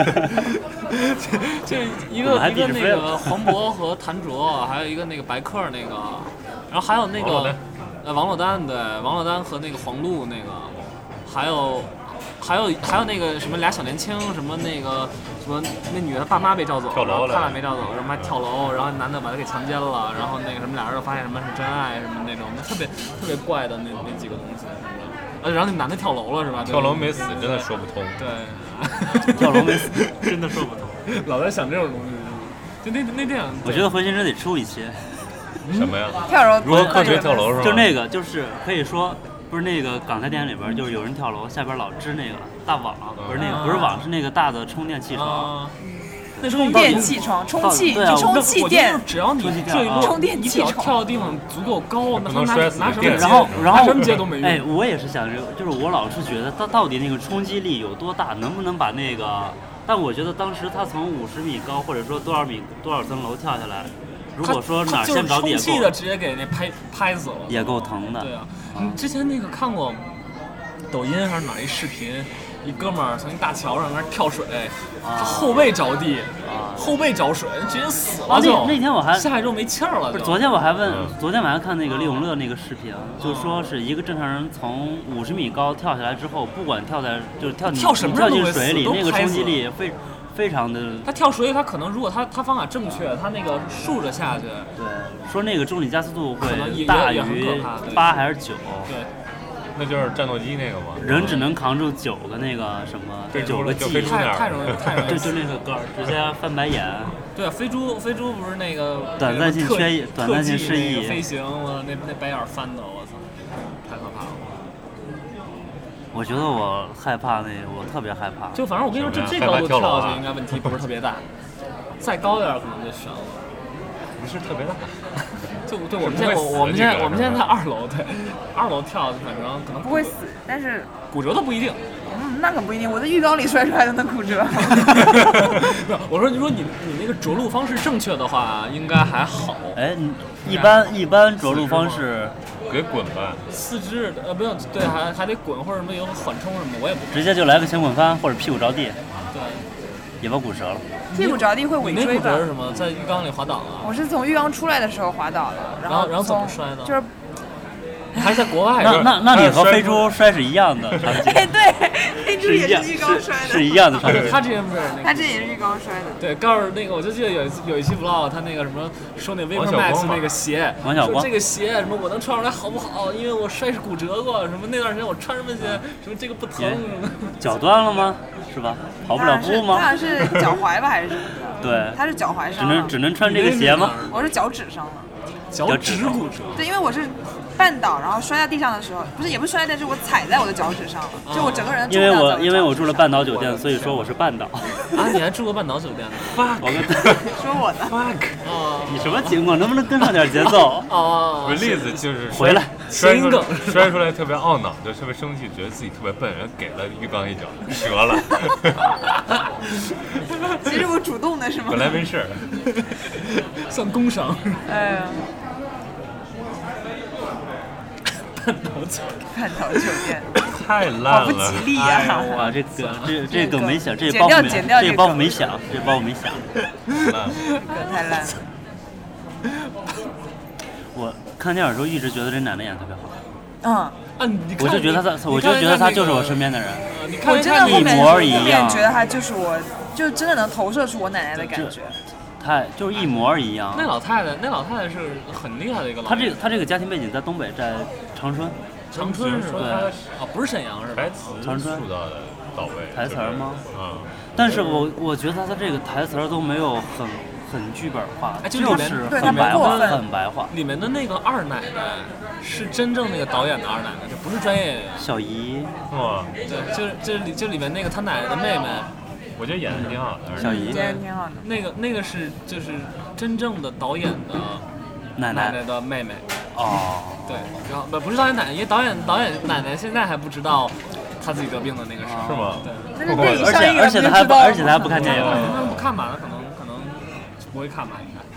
Speaker 1: 这一个一个那个黄渤和谭卓，还有一个那个白客那个，然后还有那个呃王珞丹，对，王珞丹和那个黄璐那个，还有还有还有那个什么俩小年轻，什么那个什么那女的爸妈被照走，
Speaker 2: 跳楼了，
Speaker 1: 他俩没照走，然后还跳楼，然后男的把她给强奸了，然后那个什么俩人就发现什么是真爱什么那种，特别特别怪的那那几个东西。呃，然后那男的跳楼了是吧？
Speaker 2: 跳楼没死，真的说不通。
Speaker 1: 对，
Speaker 3: 跳楼没死，
Speaker 1: 真的说不通。老在想这种东西，就那那电影。
Speaker 3: 我觉得回形针得出一期。
Speaker 2: 什么呀？
Speaker 4: 跳楼？
Speaker 3: 如何
Speaker 2: 科学跳楼是吧？
Speaker 3: 就那个，就是可以说，不是那个港台电影里边，就是有人跳楼，下边老支那个大网，不是那个，不是网，是那个大的充电气床。
Speaker 1: 那
Speaker 4: 充电气床，充气，就充气电。
Speaker 1: 只要你坠落，
Speaker 4: 充电气床，
Speaker 1: 跳的地方足够高，那他拿拿什么？
Speaker 3: 然后然后
Speaker 1: 什么接都没用。
Speaker 3: 哎，我也是想这个，就是我老是觉得它到底那个冲击力有多大，能不能把那个？但我觉得当时他从五十米高，或者说多少米多少层楼跳下来，如果说哪先着地也够，
Speaker 1: 充气的直接给那拍拍死了，
Speaker 3: 也够疼的。
Speaker 1: 对啊，你之前那个看过抖音还是哪一视频？一哥们儿从一大桥上那儿跳水，他后背着地，后背着水，直接死了就。
Speaker 3: 那天我还
Speaker 1: 下去之后没气儿了。
Speaker 3: 不是，昨天我还问，昨天晚上看那个李永乐那个视频，就说是一个正常人从五十米高跳下来之后，不管跳在就是跳
Speaker 1: 跳什么
Speaker 3: 跳进水里，那个冲击力非非常的。
Speaker 1: 他跳水里，他可能如果他他方法正确，他那个竖着下去。
Speaker 3: 对，说那个重力加速度会大于八还是九。
Speaker 1: 对。
Speaker 2: 那就是战斗机那个吗？
Speaker 3: 人只能扛住九个那个什么，九个 G，
Speaker 1: 太太容易太容易，
Speaker 3: 就就那个杆儿直接翻白眼。
Speaker 1: 对啊，飞猪飞猪不是那个
Speaker 3: 短暂性缺翼，短暂性失忆，
Speaker 1: 飞行，我那那白眼翻的，我操，太可怕了。
Speaker 3: 我觉得我害怕那个，我特别害怕。
Speaker 1: 就反正我跟你说，这这高度跳下去应该问题不是特别大，再高点可能就悬了。
Speaker 2: 不是特别大。
Speaker 1: 就对，我们现在我我们现在我们现在在二楼，对，二楼跳，反正可能
Speaker 4: 不会死，但是
Speaker 1: 骨折都不一定。
Speaker 4: 嗯，那可不一定，我在浴缸里摔出来的那骨折。
Speaker 1: 我说，你说你你那个着陆方式正确的话，应该还好。
Speaker 3: 哎，一般一般着陆方式
Speaker 2: 给滚吧。
Speaker 1: 四肢呃不用，对，还还得滚或者什么有缓冲什么，我也不。
Speaker 3: 直接就来个前滚翻或者屁股着地。
Speaker 1: 对。
Speaker 3: 也把骨折了。
Speaker 4: 屁股着地会尾
Speaker 1: 你那
Speaker 4: 椎吧
Speaker 1: 骨折是？什么？在浴缸里滑倒了？
Speaker 4: 我是从浴缸出来的时候滑倒了，
Speaker 1: 然后然后怎么
Speaker 4: 从
Speaker 1: 摔的？
Speaker 4: 就是
Speaker 1: 还是在国外？
Speaker 3: 那那那你和飞猪摔是一样的场景，
Speaker 4: 哎对，飞猪
Speaker 3: 是一样
Speaker 4: 也是浴缸摔的，
Speaker 3: 是是一样的场景。
Speaker 1: 他之前不是那个。
Speaker 4: 他这也是浴缸摔的。
Speaker 1: 对，告诉那个，我就记得有一次有一期 vlog， 他那个什么说那 Vapor
Speaker 2: 王小
Speaker 1: Max
Speaker 2: 光吧
Speaker 1: 那个鞋，
Speaker 3: 王小光
Speaker 1: 说这个鞋什么我能穿出来好不好？因为我摔是骨折过，什么那段时间我穿什么鞋，什么这个不疼什么的。
Speaker 3: 脚断了吗？是吧？跑不了步
Speaker 4: 他
Speaker 3: 吗？
Speaker 4: 好像是脚踝吧还是什么的？
Speaker 3: 对，
Speaker 4: 他是脚踝
Speaker 3: 只
Speaker 4: 伤了。
Speaker 3: 能只能穿这个鞋吗？
Speaker 4: 我是脚趾伤了。
Speaker 1: 脚趾骨折。
Speaker 4: 对，因为我是绊倒，然后摔在地上的时候，不是也不是摔，但是我踩在我的脚趾上了，就我整个人
Speaker 3: 因为
Speaker 4: 重量在
Speaker 3: 我因为我住了半岛酒
Speaker 1: 我
Speaker 3: 店，所以说我是半岛。
Speaker 1: 啊，你还住过半岛酒店呢
Speaker 2: fuck
Speaker 3: 我跟
Speaker 4: 说我的
Speaker 2: fuck，
Speaker 1: 哦
Speaker 3: 你什么情况？能不能跟上点节奏？
Speaker 1: 哦，
Speaker 2: 我例子就是
Speaker 3: 回来
Speaker 2: 摔出来
Speaker 1: 谐音梗
Speaker 2: 摔出来特别懊恼，就特别生气，觉得自己特别笨，然后给了浴缸一脚，折了。
Speaker 4: 其实我主动的是吗？
Speaker 2: 本来没事儿，
Speaker 1: 算工伤。
Speaker 4: 哎呀，
Speaker 1: 半岛酒
Speaker 4: 半岛酒店，
Speaker 2: 太
Speaker 4: 好
Speaker 2: 烂了。
Speaker 4: 不吉利
Speaker 2: 哎
Speaker 4: 呀！
Speaker 3: 啊，这个这这个没想，这
Speaker 4: 剪掉
Speaker 3: 包袱没这
Speaker 4: 剪掉这个
Speaker 3: 包袱没想，这包袱没想。
Speaker 2: 烂了
Speaker 4: 可太烂了。
Speaker 3: 我看电影的时候一直觉得这奶奶演得特别好，
Speaker 4: 嗯，
Speaker 1: 啊，你看
Speaker 3: 我就觉得她，
Speaker 1: 你
Speaker 3: 我就觉得她就是我身边的人。
Speaker 1: 呃你看
Speaker 4: 我
Speaker 1: 一看那个
Speaker 4: 真的后面
Speaker 3: 一模一
Speaker 4: 后面
Speaker 3: 样
Speaker 4: 觉得他就是我，就真的能投射出我奶奶的感觉。
Speaker 3: 太就是一模一样。
Speaker 1: 那老太太，那老太太是很厉害的一个老。
Speaker 3: 她这个她这个家庭背景在东北，在长春。
Speaker 1: 长春是吧？
Speaker 2: 说她
Speaker 1: 啊，不是沈阳是吧
Speaker 2: 台？词
Speaker 3: 长春
Speaker 2: 塑造的到位。
Speaker 3: 台词儿吗
Speaker 2: 啊，
Speaker 3: 但是我我觉得她的这个台词儿都没有很很剧本化，
Speaker 1: 哎就
Speaker 3: 就是是
Speaker 4: 对
Speaker 3: 很白话，
Speaker 4: 她不过分
Speaker 3: 很白话。
Speaker 1: 里面的那个二奶奶是真正那个导演的二奶奶，这不是专业演员。
Speaker 3: 小姨，
Speaker 2: 哇，
Speaker 1: 对，就是就是里就里面那个他奶奶的妹妹，
Speaker 2: 我觉得演的挺好的。
Speaker 3: 小姨
Speaker 4: 今天挺好的。
Speaker 1: 那个那个是就是真正的导演的
Speaker 3: 奶奶
Speaker 1: 奶奶的妹妹。
Speaker 3: 哦，
Speaker 1: 对，然后不不是导演奶奶，因为导演导演奶奶现在还不知道她自己得病的那个事儿。
Speaker 2: 是吗？
Speaker 1: 对，
Speaker 4: 那是电影
Speaker 3: 而
Speaker 4: 上映了
Speaker 3: 且而且她还不而且她还不看电影。
Speaker 1: 他们不看吧？可能可能不会看吧，应该。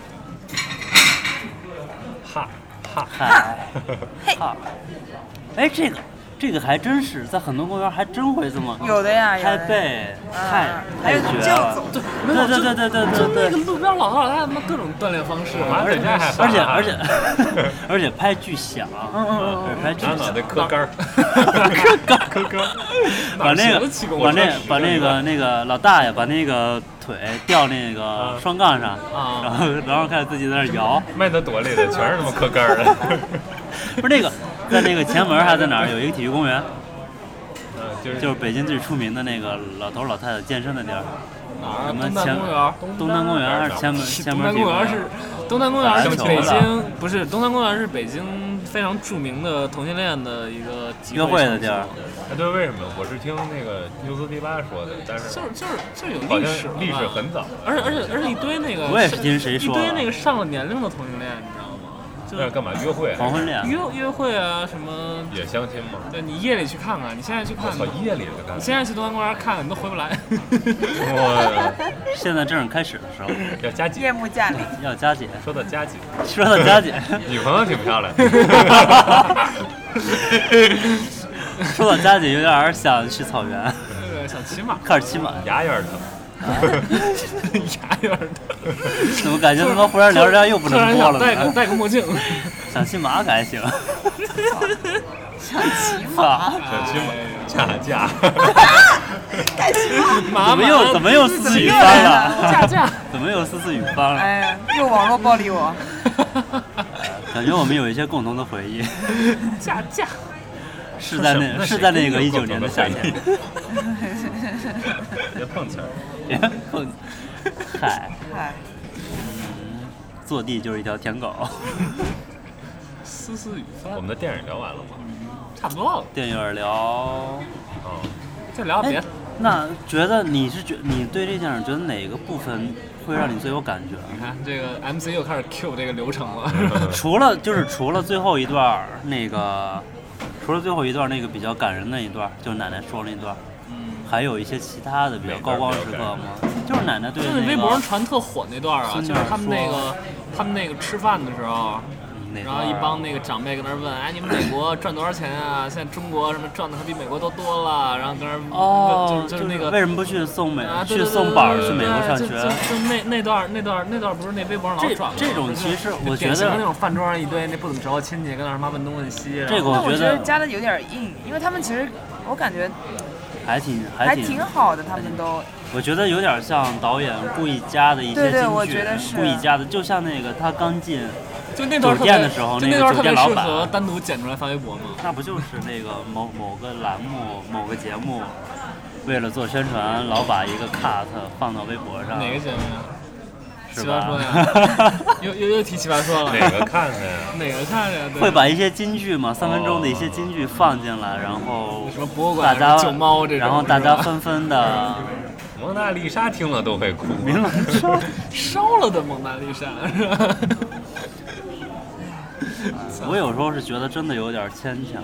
Speaker 2: 哈哈
Speaker 3: 嗨，
Speaker 4: 嘿
Speaker 3: 哈，哎，这个这个还真是在很多公园还真会这么
Speaker 4: 有的呀，有
Speaker 3: 拍
Speaker 4: 的。
Speaker 3: 背，
Speaker 4: 嗯
Speaker 3: 太太
Speaker 4: 还有
Speaker 3: 绝了
Speaker 4: 就走。
Speaker 1: 对，
Speaker 3: 对对对对对
Speaker 1: 就
Speaker 3: 对对。
Speaker 1: 那个路边老头老太太，他妈各种锻炼方式。
Speaker 2: 妈在家还
Speaker 3: 而且而且而且拍巨响，
Speaker 4: 嗯嗯嗯
Speaker 3: 而且拍巨
Speaker 2: 拿脑
Speaker 3: 响，
Speaker 2: 袋磕杆儿，
Speaker 3: 磕杆
Speaker 2: 磕杆儿，
Speaker 3: 把那个
Speaker 1: 哪儿学的气功
Speaker 3: 把那
Speaker 2: 我说
Speaker 3: 把那个那个老大爷把那个腿吊那个双杠上，
Speaker 1: 啊
Speaker 3: 然后然后开始自己在那儿摇，
Speaker 2: 卖的多里的全是他妈磕杆儿的。
Speaker 3: 不是那个在那个前门还在哪儿有一个体育公园，
Speaker 2: 嗯，就是
Speaker 3: 就是北京最出名的那个老头老太太健身的地儿，
Speaker 1: 哪儿？
Speaker 3: 什么
Speaker 1: 东单
Speaker 3: 前
Speaker 1: 公园。
Speaker 3: 东单公园还是前门前
Speaker 1: 东
Speaker 3: 门体育
Speaker 1: 单公园是东单公园是
Speaker 3: 打球
Speaker 1: 北
Speaker 3: 的
Speaker 1: 京不是东单公园是北京非常著名的同性恋的一个集
Speaker 3: 约会的地儿
Speaker 1: 场所。
Speaker 2: 哎，对，为什么？我是听那个牛斯迪巴说的，但是
Speaker 1: 就是就是就是有
Speaker 2: 好
Speaker 1: 历史了
Speaker 2: 像历史
Speaker 1: 吧
Speaker 2: 很早。
Speaker 1: 而且而且而且一堆那个
Speaker 3: 我也是听谁说的
Speaker 1: 一堆那个上了年龄的同性恋，你知道吗？就
Speaker 2: 那是干嘛？约会？
Speaker 3: 黄昏恋，
Speaker 1: 约约会啊什么？
Speaker 2: 也相亲吗？
Speaker 1: 对你夜里去看看，你现在去看
Speaker 2: 我，操，夜里的干
Speaker 1: 你。现在去东单公园看看，你都回不来。
Speaker 2: 我
Speaker 3: 现在正是开始的时候，
Speaker 2: 要加几？
Speaker 4: 夜幕降临，
Speaker 3: 要佳姐，
Speaker 2: 说到加几，
Speaker 3: 说到佳姐，
Speaker 2: 女朋友挺漂亮。
Speaker 3: 说到佳姐有点儿想去草原，
Speaker 1: 那个想骑马，
Speaker 3: 开始骑马，
Speaker 2: 牙有点疼。
Speaker 1: 牙有点疼。
Speaker 3: 怎么感觉他妈忽然聊着聊着又不能播了
Speaker 1: 戴个
Speaker 3: 呢？
Speaker 1: 戴个墨镜。
Speaker 3: 想骑马可还行，
Speaker 4: 想骑马，
Speaker 2: 想骑马，架架。
Speaker 4: 干什么？
Speaker 1: 马
Speaker 3: 怎么又怎么又四字语翻了？
Speaker 1: 架架。
Speaker 3: 怎么又四字语翻了？
Speaker 4: 哎呀，又网络暴力我。
Speaker 3: 感觉我们有一些共同的回忆，
Speaker 1: 架架。
Speaker 3: 是在那是在那个一九年的夏天。
Speaker 2: 别碰瓷儿。
Speaker 3: 别碰，嗨，
Speaker 4: 嗨，
Speaker 3: 坐地就是一条舔狗。
Speaker 1: 丝丝雨翻。
Speaker 2: 我们的电影聊完了吗？
Speaker 1: 差不多了，
Speaker 3: 电影聊，
Speaker 2: 哦，
Speaker 1: 再聊点别
Speaker 3: 哎
Speaker 1: 的。，
Speaker 3: 那觉得你是觉你对这电影觉得哪个部分会让你最有感觉？
Speaker 1: 你看这个 M C 又开始 Q 这个流程了。
Speaker 3: 除了就是除了最后一段儿那个，除了最后一段那个比较感人的一段，就是奶奶说那段，
Speaker 1: 嗯，
Speaker 3: 还有一些其他的比较高光时刻吗？就是奶奶对
Speaker 1: 就是
Speaker 3: 那
Speaker 1: 微博上
Speaker 3: 个
Speaker 1: 传特火那段啊，
Speaker 3: 孙女儿
Speaker 1: 就是他们那个他们那个吃饭的时候，
Speaker 3: 那哪
Speaker 1: 然后一帮那个长辈跟那儿问，哎，你们美国赚多少钱啊？现在中国什么赚的可比美国都多了，然后跟那儿
Speaker 3: 哦，
Speaker 1: 就就是那个
Speaker 3: 为什么不去送美、
Speaker 1: 啊、
Speaker 3: 去送宝去美国上学？
Speaker 1: 就就就那那段那段那段不是那微博上老转吗？
Speaker 3: 这种其实我觉得
Speaker 1: 那种饭桌上一堆那不怎么熟的亲戚跟那儿妈问东问西，
Speaker 3: 这个
Speaker 4: 我
Speaker 3: 觉得
Speaker 4: 加的有点硬，因为他们其实我感觉
Speaker 3: 还挺
Speaker 4: 还
Speaker 3: 挺
Speaker 4: 挺好的，他们都。
Speaker 3: 我觉得有点像导演故意加的一些
Speaker 4: 对对，
Speaker 3: 金
Speaker 4: 我
Speaker 3: 句，
Speaker 4: 觉得是
Speaker 3: 故意加的，就像那个他刚进
Speaker 1: 就那段
Speaker 3: 酒店的时候，
Speaker 1: 那
Speaker 3: 个酒店老板
Speaker 1: 单独剪出来发微博吗？
Speaker 3: 那不就是那个某某个栏目、某个节目，为了做宣传，老把一个 cut 放到微博上。
Speaker 1: 哪个节目呀？
Speaker 3: 是
Speaker 1: 奇葩说呀，又又又提奇葩说了。
Speaker 2: 哪个看的呀？
Speaker 1: 哪个看的呀？
Speaker 3: 会把一些金句嘛，三分钟的一些金句放进来，然后
Speaker 1: 什么博物
Speaker 3: 大
Speaker 1: 馆、
Speaker 3: 家
Speaker 1: 救猫这种，
Speaker 3: 然后大家纷纷的。
Speaker 2: 蒙娜丽莎听了都会哭。
Speaker 3: 明了烧
Speaker 1: 烧了的蒙娜丽莎是吧？
Speaker 3: 我有时候是觉得真的有点牵强。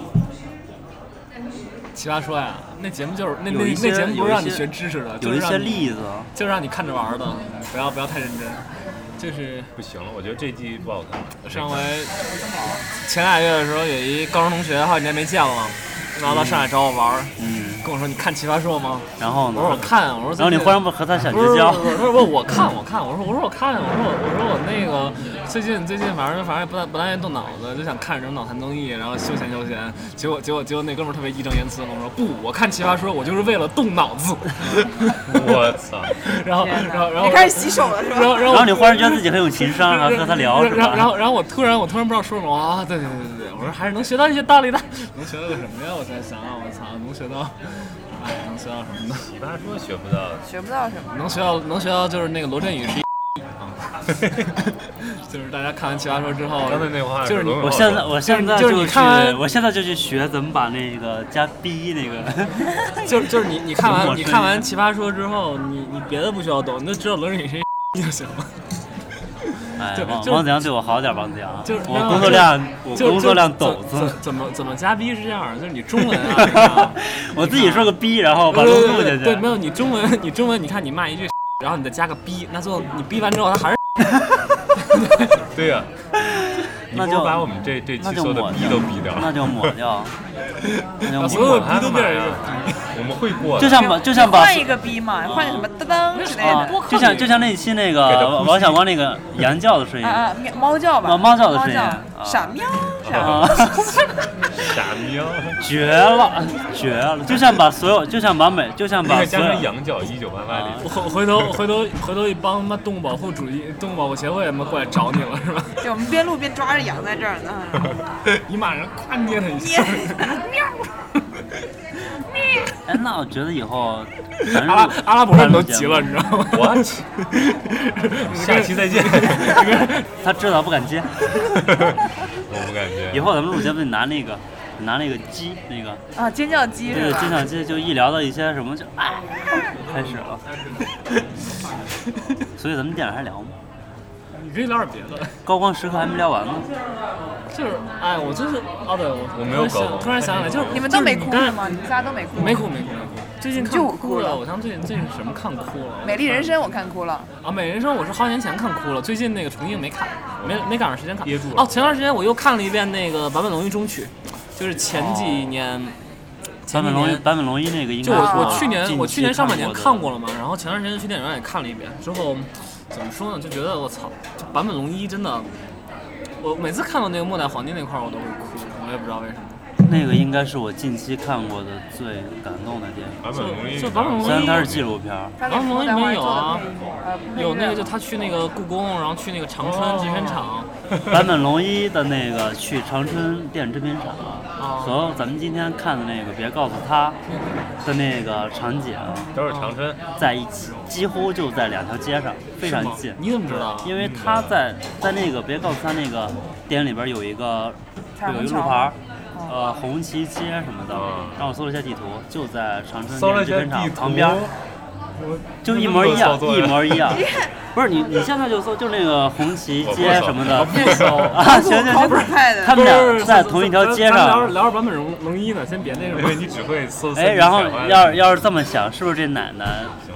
Speaker 1: 奇葩说呀，那节目就是那那
Speaker 3: 那
Speaker 1: 节目不是让你学知识的，
Speaker 3: 有一些例子，
Speaker 1: 就是让你看着玩的，不要不要太认真。就是
Speaker 2: 不行了，我觉得这季不好看。
Speaker 1: 上回前俩月的时候，有一高中同学好几年没见了，然后到上海找我玩，嗯，跟我说你看奇葩说吗？
Speaker 3: 然后呢？
Speaker 1: 我说我看，我说
Speaker 3: 然后你忽然不和他想绝交？
Speaker 1: 他说不，我看我看，我说我说我看，我说我我说我那个最近最近反正反正也不太不太愿意动脑子，就想看这种脑残综艺，然后休闲休闲。结果结果结果那哥们儿特别义正言辞跟我说，不，我看奇葩说我就是为了动脑子。
Speaker 2: 我操！
Speaker 1: 然后然后然后
Speaker 4: 你开始洗手了是吧？
Speaker 1: 然后
Speaker 3: 然后你忽然觉得自己很有情商，然后和他聊是吧？
Speaker 1: 然后然后然后我突然我突然不知道说什么啊！对对对对对，我说还是能学到一些道理的，能学到个什么呀？我在想啊，我操，能学到。哎，能学到什么呢？
Speaker 2: 奇葩说学不到，
Speaker 4: 学不到什么。
Speaker 1: 能学到，能学到就是那个罗振宇是一啊，就是大家看完奇葩说之后，
Speaker 2: 刚才那话
Speaker 1: 就是
Speaker 3: 我现在我现在
Speaker 1: 就是你看完，
Speaker 3: 我现在就去学怎么把那个加 B 那个，
Speaker 1: 就就是你你看完你看完奇葩说之后，你你别的不需要懂，你就知道罗振宇是一就行了。
Speaker 3: 哎，王王子阳对我好点，王子阳，
Speaker 1: 就是
Speaker 3: 我工作量，我工作量陡增。
Speaker 1: 怎么怎么加逼是这样，就是你中文啊，
Speaker 3: 我自己说个逼，然后把它录进去。
Speaker 1: 对，没有你中文，你中文，你看你骂一句，然后你再加个逼，那最后你逼完之后，他还是。
Speaker 2: 对呀。
Speaker 3: 那就
Speaker 2: 把我们这这期所有的逼都逼掉，
Speaker 3: 那就抹掉，那就抹
Speaker 1: 所有的逼都变成一个
Speaker 2: 逼，我们会过，
Speaker 3: 就像把就像把
Speaker 4: 换一个逼嘛，换个什么噔噔之类的，
Speaker 3: 就像就像那期那个王小光那个羊叫的声音，
Speaker 4: 啊猫叫吧，
Speaker 3: 猫叫的声音，
Speaker 4: 傻喵，
Speaker 2: 傻喵，
Speaker 3: 绝了绝了，就像把所有就像把美就像把
Speaker 2: 加上羊叫一九八八里，
Speaker 1: 回头回头回头一帮他妈动物保护主义动物保护协会他妈过来找你了是吧？
Speaker 4: 对，我们边录边抓着羊在这儿呢，
Speaker 1: 一骂人，咵捏他一下，
Speaker 4: 喵。
Speaker 3: 哎，那我觉得以后
Speaker 1: 阿拉阿拉伯人都急了，你知道吗？
Speaker 2: 我下期再见。
Speaker 3: 他知道不敢接，
Speaker 2: 我不敢接。
Speaker 3: 以后咱们录节目，你拿那个，拿那个鸡那个
Speaker 4: 啊，尖叫鸡
Speaker 3: 对，尖叫鸡就一聊到一些什么就啊，开始了。所以咱们电影还聊吗？
Speaker 1: 你可以聊点别的。
Speaker 3: 高光时刻还没聊完呢。
Speaker 1: 就是，哎，我就是，哦，对，我
Speaker 2: 我没有高，
Speaker 1: 突然想起来，就是
Speaker 4: 你们都没哭是吗？你们仨都没哭？
Speaker 1: 没哭，没哭，没哭。最近看哭了，我想最近最近什么看哭了？
Speaker 4: 美丽人生我看哭了。
Speaker 1: 啊，美丽人生我是好几年前看哭了，最近那个重映没看，没没赶上时间看。哦，前段时间我又看了一遍那个坂本龙一中曲，就是前几年。
Speaker 3: 坂本龙一，坂本龙一那个应该
Speaker 1: 就我我去年我去年上半年看过了嘛，然后前段时间去电影院也看了一遍，之后怎么说呢？就觉得我操，就坂本龙一真的。我每次看到那个末代皇帝那块儿，我都会哭，我也不知道为什么。
Speaker 3: 那个应该是我近期看过的最感动的电影。
Speaker 2: 坂本龙一，
Speaker 1: 就坂本龙一，
Speaker 3: 虽然它是纪录片。
Speaker 1: 坂本龙一里面有啊，有那个就他去那个故宫，然后去那个长春制片厂。
Speaker 3: 坂本龙一的那个去长春电影制片厂，和咱们今天看的那个别告诉他的那个场景
Speaker 2: 都是长春
Speaker 3: 在一起，几乎就在两条街上，非常近。
Speaker 1: 你怎么知道？
Speaker 3: 因为他在在那个别告诉他那个电影里边有一个有一个路牌，呃，红旗街什么的。让我搜了一下地图，就在长春电影制片厂旁边，就一模一样，一模一样。不是你，你现在就搜，就那个红旗街什么的，啊，行行行，他们俩在同一条街上。
Speaker 1: 聊聊着坂本龙一呢，先别那个，
Speaker 2: 因为你只会搜。
Speaker 3: 哎，然后要要是这么想，是不是这奶奶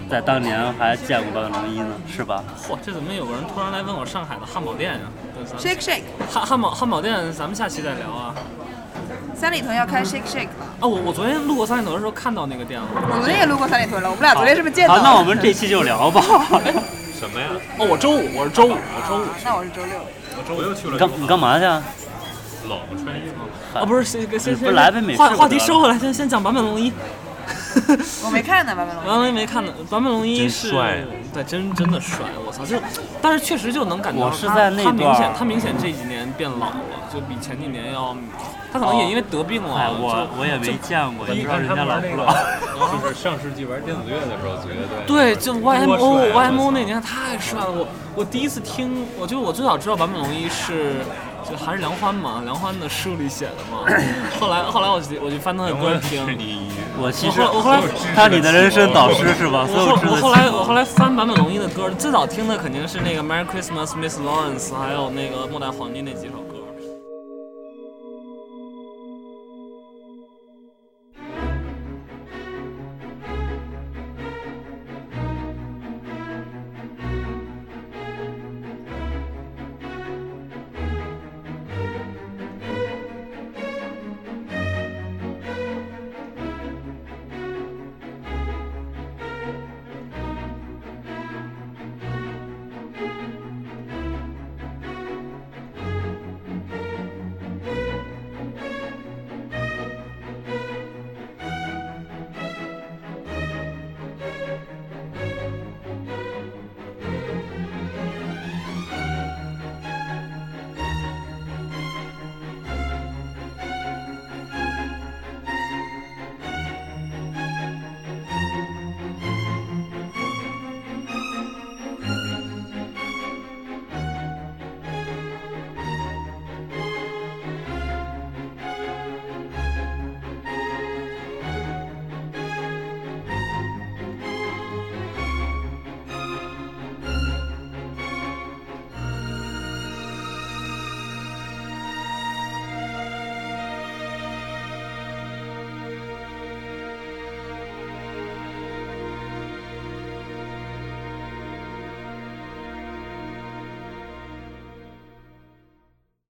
Speaker 3: 在当年还见过坂本龙一呢，是吧？
Speaker 1: 嚯，这怎么有个人突然来问我上海的汉堡店呀、啊、
Speaker 4: ？Shake Shake，
Speaker 1: 汉汉堡汉堡店，咱们下期再聊啊。
Speaker 4: 三里屯要开 Shake Shake 了。
Speaker 1: 啊，我我昨天路过三里屯的时候看到那个店了。
Speaker 4: 我昨天也路过三里屯了，我们俩昨天是不是见到了？
Speaker 3: 好，那我们这期就聊吧。
Speaker 2: 什么呀？
Speaker 1: 哦，我周五，我是周五，我周五。
Speaker 4: 那我是周六。
Speaker 2: 我周五又去了。
Speaker 3: 你干你干嘛去啊？
Speaker 2: 冷穿衣服。
Speaker 1: 啊，不是，先先先
Speaker 3: 不来北美
Speaker 1: 话话题收回来，先先讲坂本龙一。
Speaker 4: 我没看呢，坂本龙一。
Speaker 1: 坂本龙一没看呢，坂本龙一是，
Speaker 2: 真帅
Speaker 1: 对，真真的帅，我操！就，但是确实就能感觉到
Speaker 3: 我是在那
Speaker 1: 他明显
Speaker 3: 段
Speaker 1: 他明显这几年变老了，就比前几年要，他可能也因为得病了。
Speaker 3: 哎，我我也没见过，不知道人家老不老。
Speaker 2: 就是上世纪玩电子乐的时候，觉得
Speaker 1: 对，就 Y M O
Speaker 2: 多帅啊
Speaker 1: Y M O 那年太帅了，我我第一次听，我就我最早知道坂本龙一是。就还是梁欢嘛，梁欢的书里写的嘛。后来后来我就我就翻他的歌听。
Speaker 3: 我其实
Speaker 1: 我后来
Speaker 3: 他你的人生导师是吧？所有知
Speaker 1: 我后来我后来翻坂本龙一的歌，最早听的肯定是那个 Merry Christmas Miss Lawrence， 还有那个末代皇帝那几首歌。